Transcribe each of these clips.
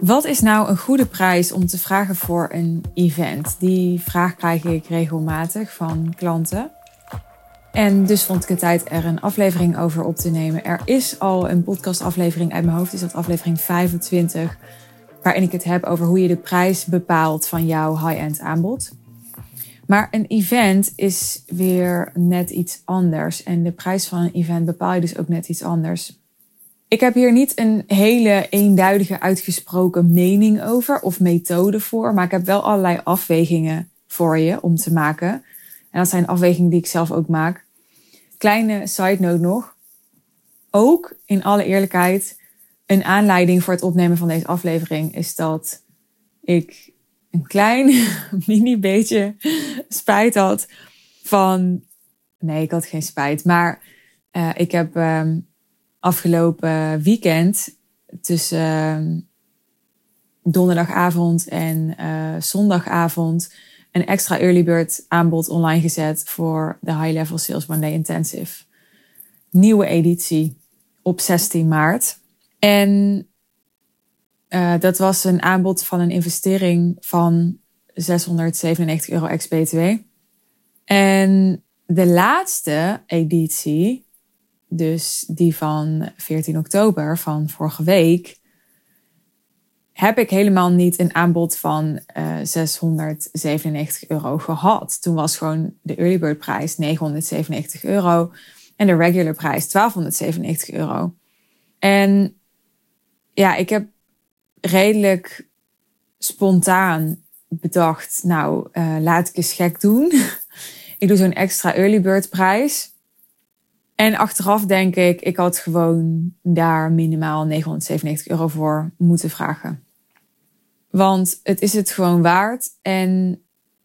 Wat is nou een goede prijs om te vragen voor een event? Die vraag krijg ik regelmatig van klanten. En dus vond ik het tijd er een aflevering over op te nemen. Er is al een podcastaflevering uit mijn hoofd, is dat aflevering 25... waarin ik het heb over hoe je de prijs bepaalt van jouw high-end aanbod. Maar een event is weer net iets anders. En de prijs van een event bepaal je dus ook net iets anders. Ik heb hier niet een hele eenduidige uitgesproken mening over of methode voor. Maar ik heb wel allerlei afwegingen voor je om te maken. En dat zijn afwegingen die ik zelf ook maak. Kleine side note nog. Ook in alle eerlijkheid, een aanleiding voor het opnemen van deze aflevering is dat ik een klein mini beetje spijt had van... Nee, ik had geen spijt. Maar ik heb afgelopen weekend tussen donderdagavond en zondagavond een extra early bird aanbod online gezet voor de High Level Sales One Day Intensive. Nieuwe editie op 16 maart. En dat was een aanbod van een investering van €697 ex-BTW. En de laatste editie, dus die van 14 oktober van vorige week, heb ik helemaal niet een aanbod van €697 gehad. Toen was gewoon de early bird prijs €997 en de regular prijs €1297. En ja, ik heb redelijk spontaan bedacht, laat ik eens gek doen. Ik doe zo'n extra early bird prijs. En achteraf denk ik had gewoon daar minimaal €997 voor moeten vragen. Want het is het gewoon waard. En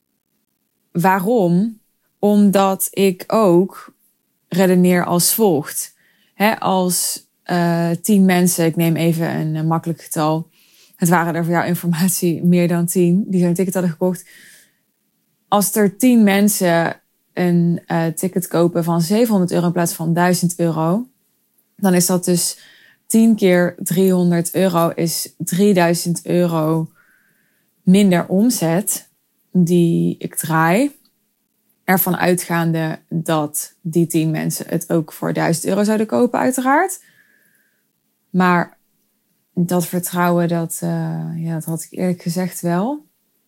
waarom? Omdat ik ook redeneer als volgt. Als 10 mensen, ik neem even een makkelijk getal. Het waren er voor jouw informatie meer dan 10 die zo'n ticket hadden gekocht. Als er 10 mensen een ticket kopen van €700 in plaats van €1000, dan is dat dus 10 keer €300 is €3000 minder omzet die ik draai. Ervan uitgaande dat die 10 mensen het ook voor €1000 zouden kopen uiteraard. Maar dat vertrouwen, dat had ik eerlijk gezegd wel.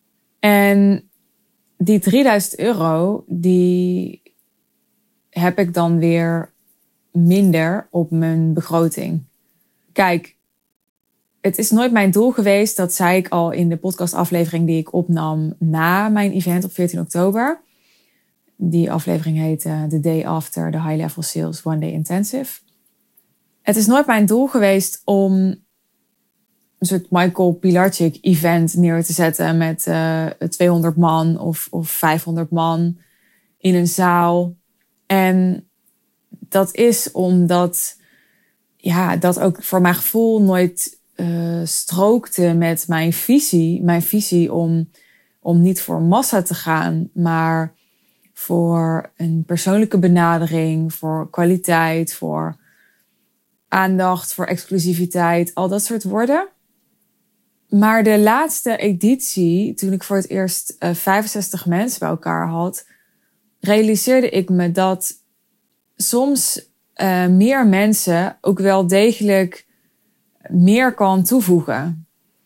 En die €3000, die heb ik dan weer minder op mijn begroting. Kijk, het is nooit mijn doel geweest, dat zei ik al in de podcastaflevering die ik opnam na mijn event op 14 oktober. Die aflevering heet The Day After the High Level Sales One Day Intensive. Het is nooit mijn doel geweest om een soort Michael Pilarczyk event neer te zetten met 200 man of 500 man in een zaal. En dat is omdat dat ook voor mijn gevoel nooit strookte met mijn visie. Mijn visie om niet voor massa te gaan, maar voor een persoonlijke benadering, voor kwaliteit, voor aandacht, voor exclusiviteit, al dat soort woorden. Maar de laatste editie, toen ik voor het eerst 65 mensen bij elkaar had, realiseerde ik me dat soms meer mensen ook wel degelijk meer kan toevoegen.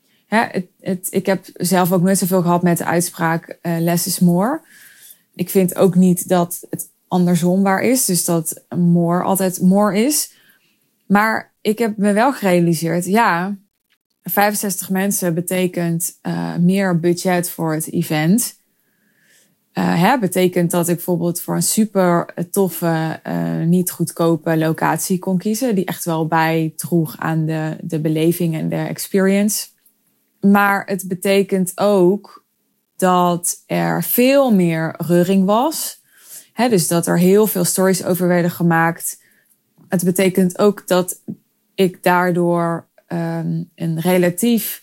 Ik heb zelf ook nooit zoveel gehad met de uitspraak less is more. Ik vind ook niet dat het andersom waar is, dus dat more altijd more is. Maar ik heb me wel gerealiseerd, 65 mensen betekent meer budget voor het event. Betekent dat ik bijvoorbeeld voor een super toffe, niet goedkope locatie kon kiezen, die echt wel bijdroeg aan de beleving en de experience. Maar het betekent ook dat er veel meer reuring was. Dus dat er heel veel stories over werden gemaakt. Het betekent ook dat ik daardoor een relatief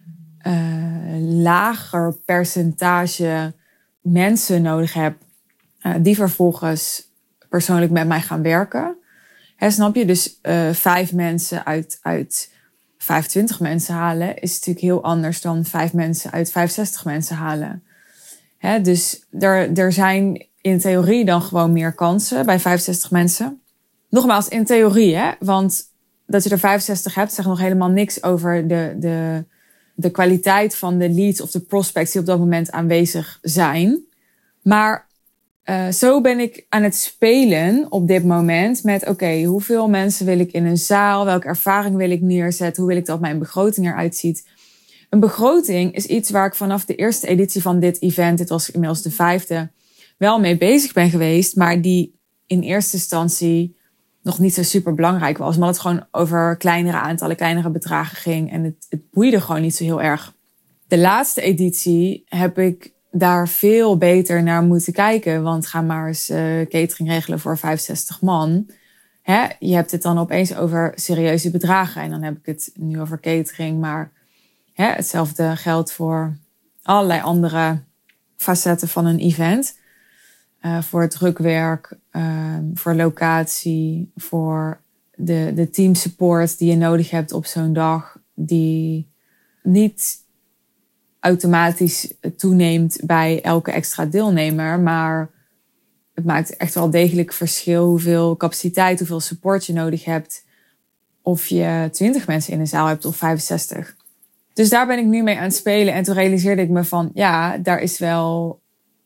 lager percentage mensen nodig heb die vervolgens persoonlijk met mij gaan werken. Snap je? Dus 5 mensen uit 25 mensen halen is natuurlijk heel anders dan 5 mensen uit 65 mensen halen. Dus er zijn in theorie dan gewoon meer kansen bij 65 mensen. Nogmaals, in theorie, want dat je er 65 hebt, zegt nog helemaal niks over de kwaliteit van de leads of de prospects die op dat moment aanwezig zijn. Maar zo ben ik aan het spelen op dit moment met oké, hoeveel mensen wil ik in een zaal? Welke ervaring wil ik neerzetten? Hoe wil ik dat mijn begroting eruit ziet? Een begroting is iets waar ik vanaf de eerste editie van dit event, dit was inmiddels de 5e, wel mee bezig ben geweest, maar die in eerste instantie nog niet zo super belangrijk was. Maar het gewoon over kleinere aantallen, kleinere bedragen ging. En het boeide gewoon niet zo heel erg. De laatste editie heb ik daar veel beter naar moeten kijken. Want ga maar eens catering regelen voor 65 man. Je hebt het dan opeens over serieuze bedragen. En dan heb ik het nu over catering. Maar hetzelfde geldt voor allerlei andere facetten van een event. Voor het drukwerk, voor locatie, voor de teamsupport die je nodig hebt op zo'n dag. Die niet automatisch toeneemt bij elke extra deelnemer. Maar het maakt echt wel degelijk verschil hoeveel capaciteit, hoeveel support je nodig hebt. Of je 20 mensen in een zaal hebt of 65. Dus daar ben ik nu mee aan het spelen. En toen realiseerde ik me van, ja, daar is wel...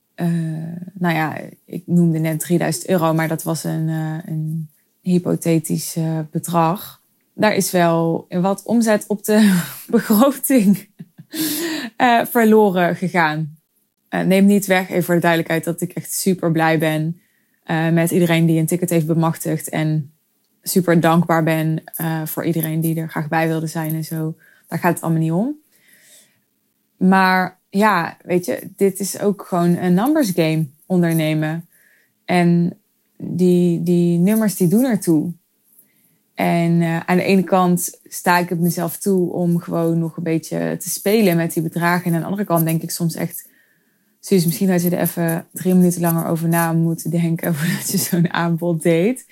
ik noemde net €3000, maar dat was een hypothetisch bedrag. Daar is wel wat omzet op de begroting verloren gegaan. Neem niet weg, even voor de duidelijkheid, dat ik echt super blij ben met iedereen die een ticket heeft bemachtigd. En super dankbaar ben voor iedereen die er graag bij wilde zijn en zo. Daar gaat het allemaal niet om. Maar ja, weet je, dit is ook gewoon een numbers game ondernemen. En die nummers die doen ertoe. En aan de ene kant sta ik het mezelf toe om gewoon nog een beetje te spelen met die bedragen. En aan de andere kant denk ik soms echt, Suus, misschien had je er even 3 minuten langer over na moeten denken voordat je zo'n aanbod deed.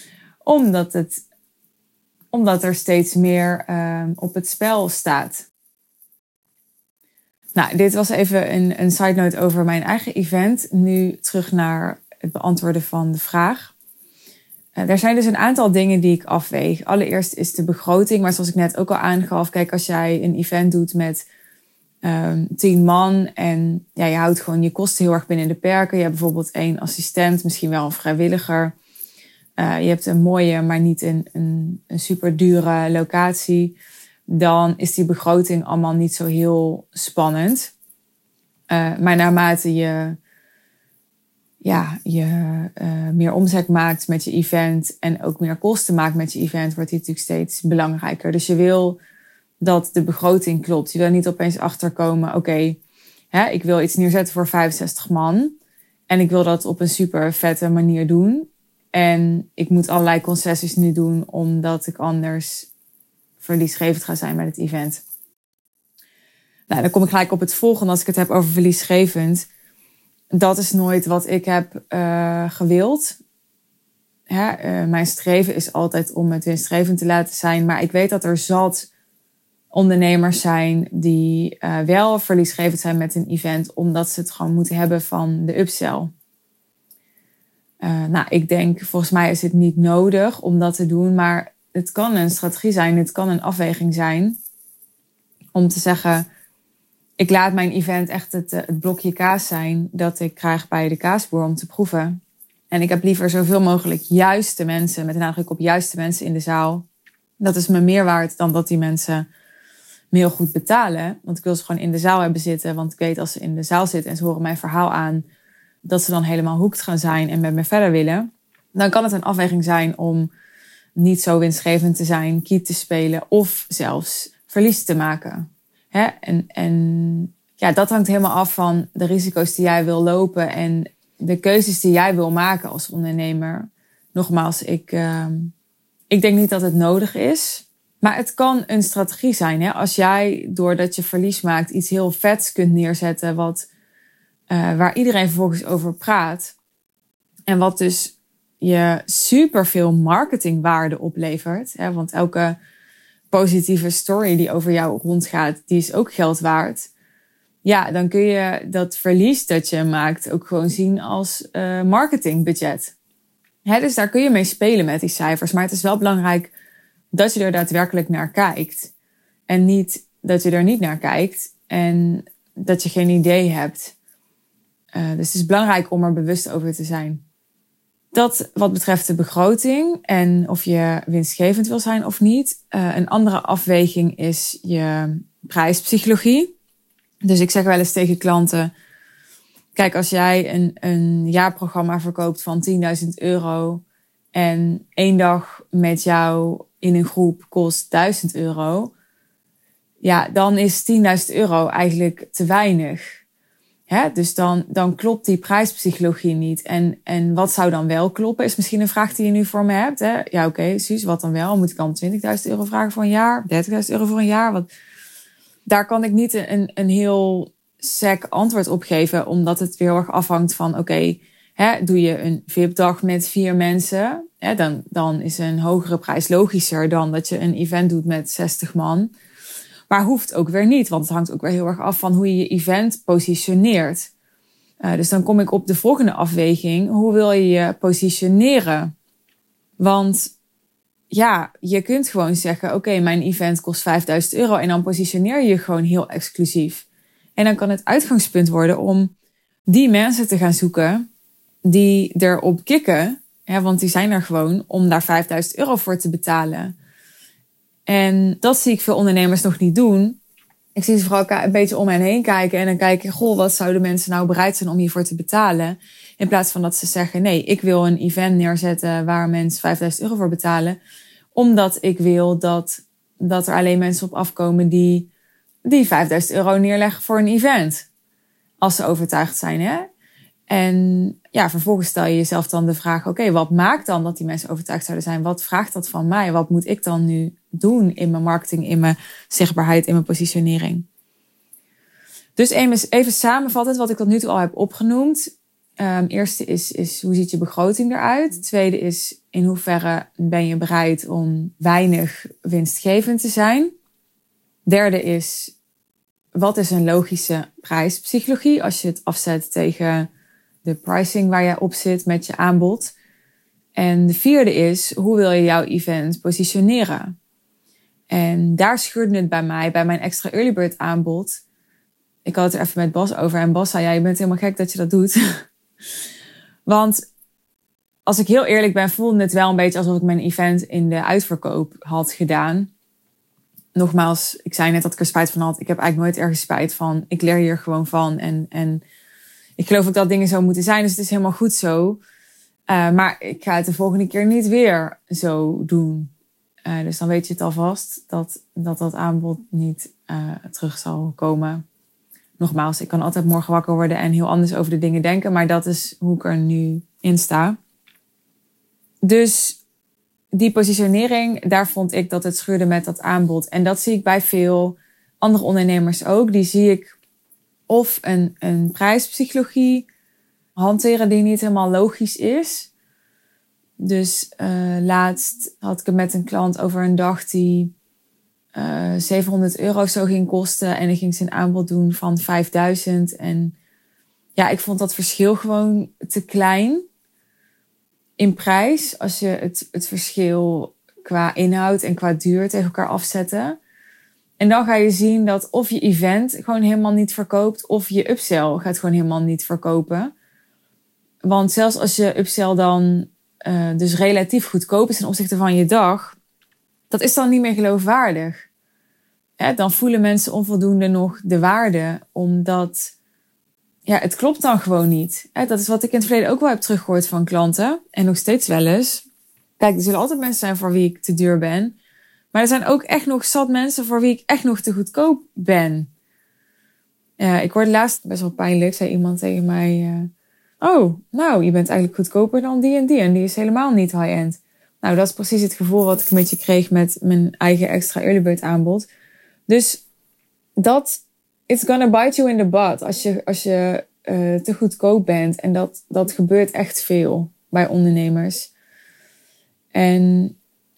Omdat er steeds meer op het spel staat. Nou, dit was even een side note over mijn eigen event. Nu terug naar het beantwoorden van de vraag. Er zijn dus een aantal dingen die ik afweeg. Allereerst is de begroting, maar zoals ik net ook al aangaf, kijk, als jij een event doet met 10 man en ja, je houdt gewoon je kosten heel erg binnen de perken. Je hebt bijvoorbeeld 1 assistent, misschien wel een vrijwilliger. Je hebt een mooie, maar niet een super dure locatie. Dan is die begroting allemaal niet zo heel spannend. Maar naarmate je meer omzet maakt met je event en ook meer kosten maakt met je event, wordt die natuurlijk steeds belangrijker. Dus je wil dat de begroting klopt. Je wil niet opeens achterkomen, oké, ik wil iets neerzetten voor 65 man en ik wil dat op een super vette manier doen. En ik moet allerlei concessies nu doen omdat ik anders verliesgevend ga zijn met het event. Nou, dan kom ik gelijk op het volgende als ik het heb over verliesgevend. Dat is nooit wat ik heb gewild. Mijn streven is altijd om het winstgevend te laten zijn. Maar ik weet dat er zat ondernemers zijn die wel verliesgevend zijn met een event, omdat ze het gewoon moeten hebben van de upsell. Ik denk, volgens mij is het niet nodig om dat te doen, maar het kan een strategie zijn, het kan een afweging zijn om te zeggen, ik laat mijn event echt het blokje kaas zijn dat ik krijg bij de kaasboer om te proeven. En ik heb liever zoveel mogelijk juiste mensen, met een nadruk op juiste mensen in de zaal. Dat is me meer waard dan dat die mensen me heel goed betalen. Want ik wil ze gewoon in de zaal hebben zitten. Want ik weet als ze in de zaal zitten en ze horen mijn verhaal aan, dat ze dan helemaal hooked gaan zijn en met me verder willen. Dan kan het een afweging zijn om niet zo winstgevend te zijn, kiet te spelen of zelfs verlies te maken. En dat hangt helemaal af van de risico's die jij wil lopen en de keuzes die jij wil maken als ondernemer. Nogmaals, ik denk niet dat het nodig is. Maar het kan een strategie zijn. Als jij, doordat je verlies maakt, iets heel vets kunt neerzetten waar iedereen vervolgens over praat. En wat dus je superveel marketingwaarde oplevert. Want elke positieve story die over jou rondgaat, die is ook geld waard. Ja, dan kun je dat verlies dat je maakt ook gewoon zien als marketingbudget. Dus daar kun je mee spelen met die cijfers. Maar het is wel belangrijk dat je er daadwerkelijk naar kijkt. En niet dat je er niet naar kijkt en dat je geen idee hebt. Dus het is belangrijk om er bewust over te zijn. Dat wat betreft de begroting en of je winstgevend wil zijn of niet. Een andere afweging is je prijspsychologie. Dus ik zeg wel eens tegen klanten, kijk, als jij een jaarprogramma verkoopt van €10.000 en 1 dag met jou in een groep kost €1.000, ja, dan is €10.000 eigenlijk te weinig. Dus dan klopt die prijspsychologie niet. En wat zou dan wel kloppen, is misschien een vraag die je nu voor me hebt. Ja, oké, Suus, wat dan wel? Moet ik dan €20.000 vragen voor een jaar? €30.000 voor een jaar? Daar kan ik niet een heel sec antwoord op geven, omdat het weer heel erg afhangt van, oké, doe je een VIP-dag met 4 mensen, dan is een hogere prijs logischer dan dat je een event doet met 60 man. Maar hoeft ook weer niet, want het hangt ook weer heel erg af van hoe je je event positioneert. Dus dan kom ik op de volgende afweging. Hoe wil je je positioneren? Want ja, je kunt gewoon zeggen, oké, mijn event kost €5.000 en dan positioneer je je gewoon heel exclusief. En dan kan het uitgangspunt worden om die mensen te gaan zoeken die erop kikken, want die zijn er gewoon om daar €5.000 voor te betalen. En dat zie ik veel ondernemers nog niet doen. Ik zie ze vooral een beetje om hen heen kijken en dan kijken, goh, wat zouden mensen nou bereid zijn om hiervoor te betalen? In plaats van dat ze zeggen, nee, ik wil een event neerzetten waar mensen €5.000 voor betalen. Omdat ik wil dat er alleen mensen op afkomen die €5.000 neerleggen voor een event. Als ze overtuigd zijn, En ja, vervolgens stel je jezelf dan de vraag, oké, wat maakt dan dat die mensen overtuigd zouden zijn? Wat vraagt dat van mij? Wat moet ik dan nu doen in mijn marketing, in mijn zichtbaarheid, in mijn positionering? Dus even samenvattend wat ik tot nu toe al heb opgenoemd. Eerste is hoe ziet je begroting eruit? Tweede is, in hoeverre ben je bereid om weinig winstgevend te zijn? Derde is, wat is een logische prijspsychologie als je het afzet tegen de pricing waar je op zit met je aanbod? En de vierde is, hoe wil je jouw event positioneren? En daar schuurde het bij mij, bij mijn extra early bird aanbod. Ik had het er even met Bas over en Bas zei, ja, je bent helemaal gek dat je dat doet. Want als ik heel eerlijk ben, voelde het wel een beetje alsof ik mijn event in de uitverkoop had gedaan. Nogmaals, ik zei net dat ik er spijt van had. Ik heb eigenlijk nooit ergens spijt van. Ik leer hier gewoon van. En ik geloof ook dat dingen zo moeten zijn. Dus het is helemaal goed zo. Maar ik ga het de volgende keer niet weer zo doen. Dus dan weet je het alvast dat aanbod niet terug zal komen. Nogmaals, ik kan altijd morgen wakker worden en heel anders over de dingen denken. Maar dat is hoe ik er nu in sta. Dus die positionering, daar vond ik dat het schuurde met dat aanbod. En dat zie ik bij veel andere ondernemers ook. Die zie ik of een prijspsychologie hanteren die niet helemaal logisch is. Dus laatst had ik het met een klant over een dag die €700 zo ging kosten. En ik ging zijn aanbod doen van 5.000. En ja, ik vond dat verschil gewoon te klein in prijs. Als je het verschil qua inhoud en qua duur tegen elkaar afzetten. En dan ga je zien dat of je event gewoon helemaal niet verkoopt, of je upsell gaat gewoon helemaal niet verkopen. Want zelfs als je upsell dan dus relatief goedkoop is ten opzichte van je dag, dat is dan niet meer geloofwaardig. Dan voelen mensen onvoldoende nog de waarde, omdat het klopt dan gewoon niet. Dat is wat ik in het verleden ook wel heb teruggehoord van klanten. En nog steeds wel eens. Kijk, er zullen altijd mensen zijn voor wie ik te duur ben. Maar er zijn ook echt nog zat mensen voor wie ik echt nog te goedkoop ben. Ik hoorde laatst, best wel pijnlijk, zei iemand tegen mij, oh, nou, je bent eigenlijk goedkoper dan die. En die is helemaal niet high-end. Nou, dat is precies het gevoel wat ik een beetje kreeg met mijn eigen extra early bird aanbod. Dus it's gonna bite you in the butt als je te goedkoop bent. En dat gebeurt echt veel bij ondernemers. En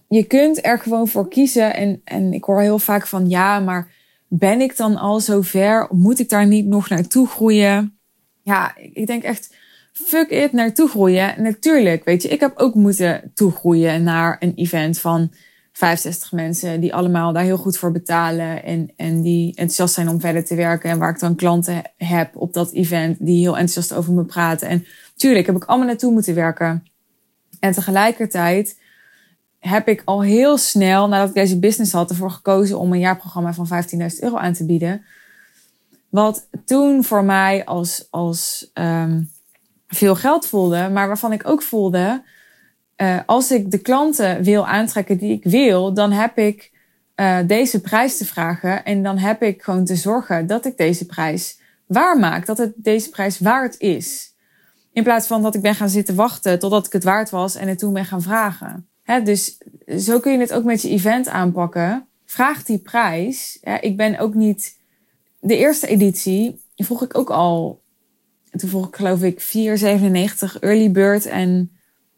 je kunt er gewoon voor kiezen. En ik hoor heel vaak van, ja, maar ben ik dan al zo ver? Moet ik daar niet nog naartoe groeien? Ja, ik denk echt, fuck it, naartoe groeien. Natuurlijk, weet je, ik heb ook moeten toegroeien naar een event van 65 mensen die allemaal daar heel goed voor betalen en die enthousiast zijn om verder te werken en waar ik dan klanten heb op dat event die heel enthousiast over me praten. En tuurlijk heb ik allemaal naartoe moeten werken. En tegelijkertijd heb ik al heel snel, nadat ik deze business had, ervoor gekozen om een jaarprogramma van €15.000 aan te bieden. Wat toen voor mij als veel geld voelde, maar waarvan ik ook voelde, als ik de klanten wil aantrekken die ik wil, dan heb ik deze prijs te vragen. En dan heb ik gewoon te zorgen dat ik deze prijs waarmaak. Dat het deze prijs waard is. In plaats van dat ik ben gaan zitten wachten totdat ik het waard was en het toen ben gaan vragen. Dus zo kun je het ook met je event aanpakken. Vraag die prijs. Ik ben ook niet... De eerste editie vroeg ik ook al... Toen vroeg ik geloof ik €4,97 early bird en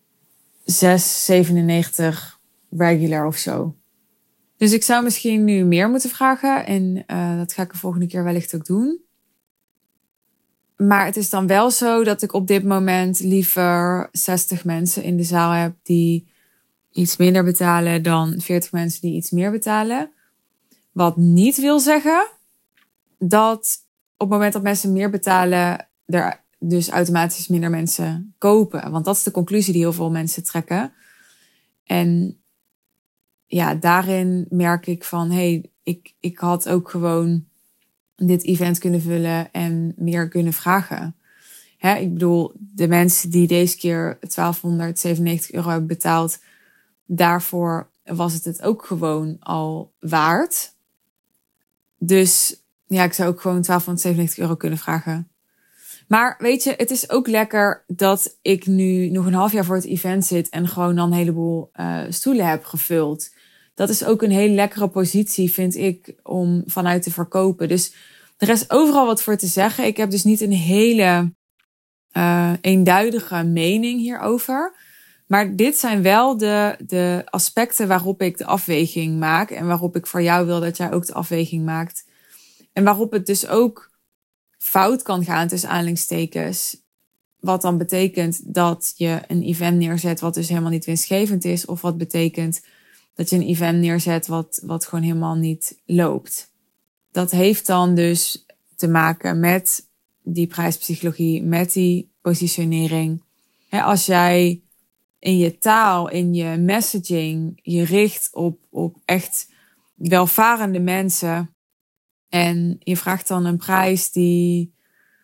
€6,97 regular of zo. Dus ik zou misschien nu meer moeten vragen. En dat ga ik de volgende keer wellicht ook doen. Maar het is dan wel zo dat ik op dit moment liever 60 mensen in de zaal heb die iets minder betalen dan 40 mensen die iets meer betalen. Wat niet wil zeggen dat op het moment dat mensen meer betalen, er dus automatisch minder mensen kopen. Want dat is de conclusie die heel veel mensen trekken. En ja, daarin merk ik van, ik had ook gewoon dit event kunnen vullen en meer kunnen vragen. Ik bedoel, de mensen die deze keer €1.297 hebben betaald, daarvoor was het ook gewoon al waard. Dus ja, ik zou ook gewoon €1.297 kunnen vragen. Maar weet je, het is ook lekker dat ik nu nog een half jaar voor het event zit en gewoon dan een heleboel stoelen heb gevuld. Dat is ook een hele lekkere positie, vind ik, om vanuit te verkopen. Dus er is overal wat voor te zeggen. Ik heb dus niet een hele eenduidige mening hierover. Maar dit zijn wel de aspecten waarop ik de afweging maak. En waarop ik voor jou wil dat jij ook de afweging maakt. En waarop het dus ook fout kan gaan tussen aanhalingstekens. Wat dan betekent dat je een event neerzet wat dus helemaal niet winstgevend is. Of wat betekent dat je een event neerzet wat gewoon helemaal niet loopt. Dat heeft dan dus te maken met die prijspsychologie, met die positionering. Als jij in je taal, in je messaging je richt op echt welvarende mensen en je vraagt dan een prijs die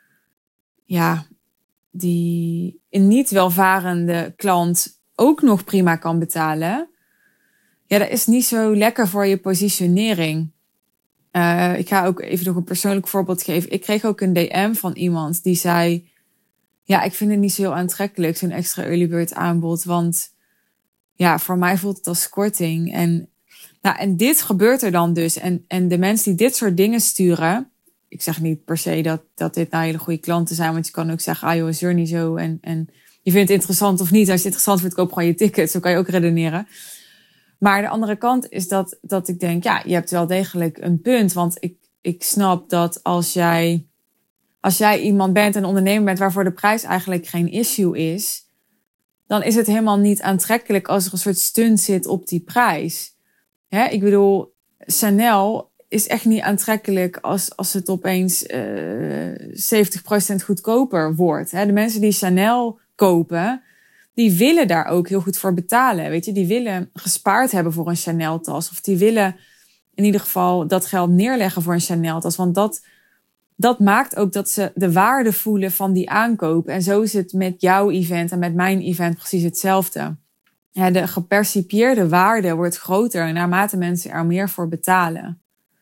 een niet welvarende klant ook nog prima kan betalen. Ja, dat is niet zo lekker voor je positionering. Ik ga ook even nog een persoonlijk voorbeeld geven. Ik kreeg ook een DM van iemand die zei, ja, ik vind het niet zo heel aantrekkelijk, zo'n extra early bird aanbod. Want ja, voor mij voelt het als korting. En dit gebeurt er dan dus. En de mensen die dit soort dingen sturen, ik zeg niet per se dat dit nou hele goede klanten zijn. Want je kan ook zeggen, joh, is er niet zo. En je vindt het interessant of niet. Als je het interessant vindt, koop gewoon je ticket. Zo kan je ook redeneren. Maar de andere kant is dat ik denk, ja, je hebt wel degelijk een punt. Want ik snap dat als jij iemand bent, een ondernemer bent waarvoor de prijs eigenlijk geen issue is, dan is het helemaal niet aantrekkelijk als er een soort stunt zit op die prijs. Ik bedoel, Chanel is echt niet aantrekkelijk als het opeens 70% goedkoper wordt. De mensen die Chanel kopen, die willen daar ook heel goed voor betalen. Weet je, die willen gespaard hebben voor een Chanel-tas. Of die willen in ieder geval dat geld neerleggen voor een Chanel-tas. Want dat maakt ook dat ze de waarde voelen van die aankoop. En zo is het met jouw event en met mijn event precies hetzelfde. De gepercipieerde waarde wordt groter naarmate mensen er meer voor betalen.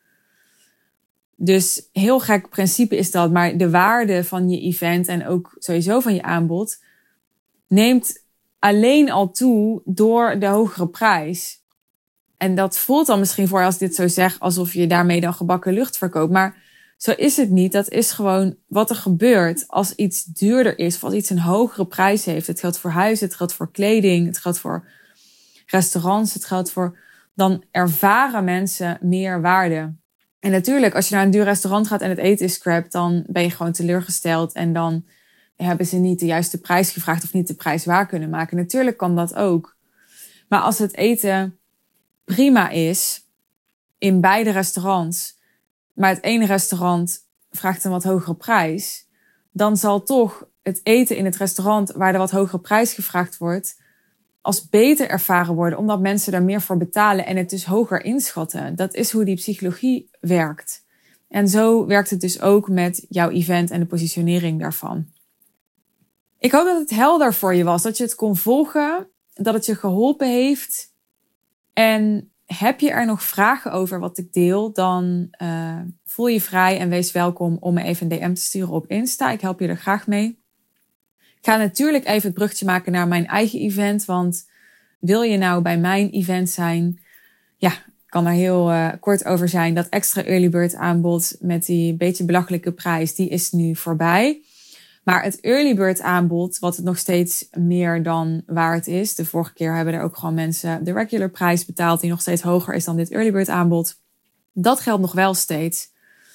Dus heel gek principe is dat, maar de waarde van je event en ook sowieso van je aanbod neemt alleen al toe door de hogere prijs. En dat voelt dan misschien voor je als ik dit zo zeg, alsof je daarmee dan gebakken lucht verkoopt. Maar zo is het niet. Dat is gewoon wat er gebeurt als iets duurder is, of als iets een hogere prijs heeft. Het geldt voor huizen, het geldt voor kleding, het geldt voor restaurants, het geldt voor... dan ervaren mensen meer waarde. En natuurlijk, als je naar een duur restaurant gaat en het eten is crap, dan ben je gewoon teleurgesteld en dan hebben ze niet de juiste prijs gevraagd of niet de prijs waar kunnen maken. Natuurlijk kan dat ook. Maar als het eten prima is in beide restaurants, maar het ene restaurant vraagt een wat hogere prijs, dan zal toch het eten in het restaurant waar de wat hogere prijs gevraagd wordt als beter ervaren worden, omdat mensen daar meer voor betalen en het dus hoger inschatten. Dat is hoe die psychologie werkt. En zo werkt het dus ook met jouw event en de positionering daarvan. Ik hoop dat het helder voor je was, dat je het kon volgen, dat het je geholpen heeft. En heb je er nog vragen over wat ik deel, dan voel je vrij en wees welkom om me even een DM te sturen op Insta. Ik help je er graag mee. Ik ga natuurlijk even het bruggetje maken naar mijn eigen event, want wil je nou bij mijn event zijn? Ja, ik kan daar heel kort over zijn. Dat extra early bird aanbod met die beetje belachelijke prijs, die is nu voorbij. Maar het early bird aanbod, wat het nog steeds meer dan waard is. De vorige keer hebben er ook gewoon mensen de regular prijs betaald, die nog steeds hoger is dan dit early bird aanbod. Dat geldt nog wel steeds.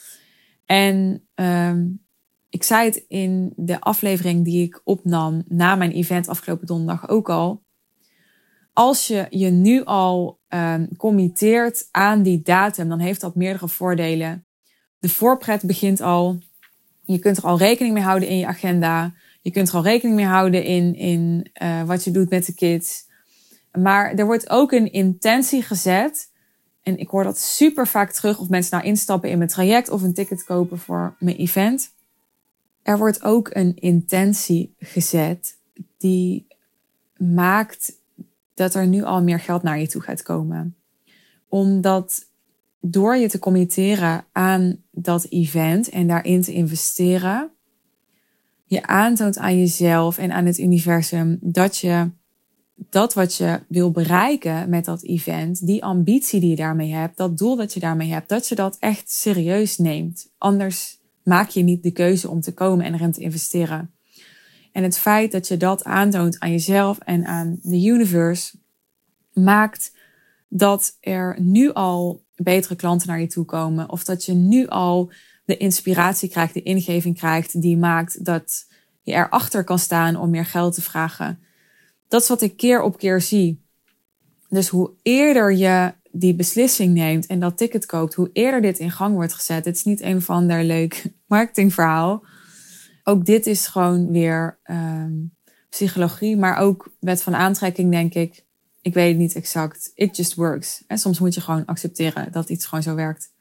En ik zei het in de aflevering die ik opnam na mijn event afgelopen donderdag ook al. Als je je nu al committeert aan die datum, dan heeft dat meerdere voordelen. De voorpret begint al. Je kunt er al rekening mee houden in je agenda. Je kunt er al rekening mee houden in wat je doet met de kids. Maar er wordt ook een intentie gezet. En ik hoor dat super vaak terug of mensen nou instappen in mijn traject of een ticket kopen voor mijn event. Er wordt ook een intentie gezet die maakt dat er nu al meer geld naar je toe gaat komen. Omdat door je te committeren aan dat event en daarin te investeren, je aantoont aan jezelf en aan het universum dat je dat wat je wil bereiken met dat event, die ambitie die je daarmee hebt, dat doel dat je daarmee hebt, dat je dat echt serieus neemt. Anders maak je niet de keuze om te komen en erin te investeren. En het feit dat je dat aantoont aan jezelf en aan de universe, maakt dat er nu al betere klanten naar je toe komen. Of dat je nu al de inspiratie krijgt, de ingeving krijgt, die maakt dat je erachter kan staan om meer geld te vragen. Dat is wat ik keer op keer zie. Dus hoe eerder je die beslissing neemt en dat ticket koopt, hoe eerder dit in gang wordt gezet. Het is niet een of ander leuk marketingverhaal. Ook dit is gewoon weer psychologie, maar ook wet van aantrekking, denk ik. Ik weet het niet exact. It just works. En soms moet je gewoon accepteren dat iets gewoon zo werkt.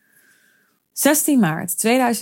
16 maart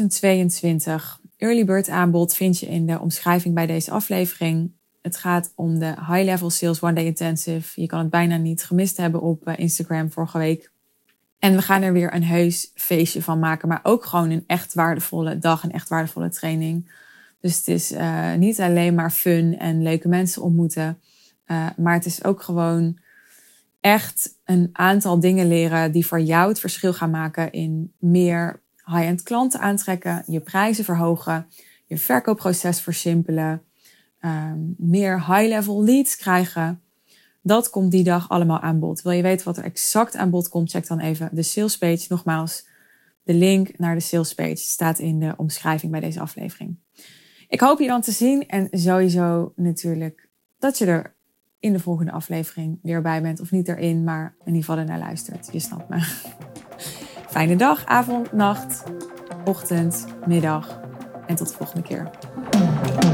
2022. Early bird aanbod vind je in de omschrijving bij deze aflevering. Het gaat om de High Level Sales One Day Intensive. Je kan het bijna niet gemist hebben op Instagram vorige week. En we gaan er weer een heus feestje van maken. Maar ook gewoon een echt waardevolle dag, een echt waardevolle training. Dus het is niet alleen maar fun en leuke mensen ontmoeten. Maar het is ook gewoon echt een aantal dingen leren die voor jou het verschil gaan maken in meer high-end klanten aantrekken, je prijzen verhogen, je verkoopproces versimpelen, meer high-level leads krijgen. Dat komt die dag allemaal aan bod. Wil je weten wat er exact aan bod komt, check dan even de sales page. Nogmaals, de link naar de sales page staat in de omschrijving bij deze aflevering. Ik hoop je dan te zien en sowieso natuurlijk dat je er in de volgende aflevering weer bij bent. Of niet erin, maar in ieder geval ernaar luistert. Je snapt me. Fijne dag, avond, nacht, ochtend, middag en tot de volgende keer.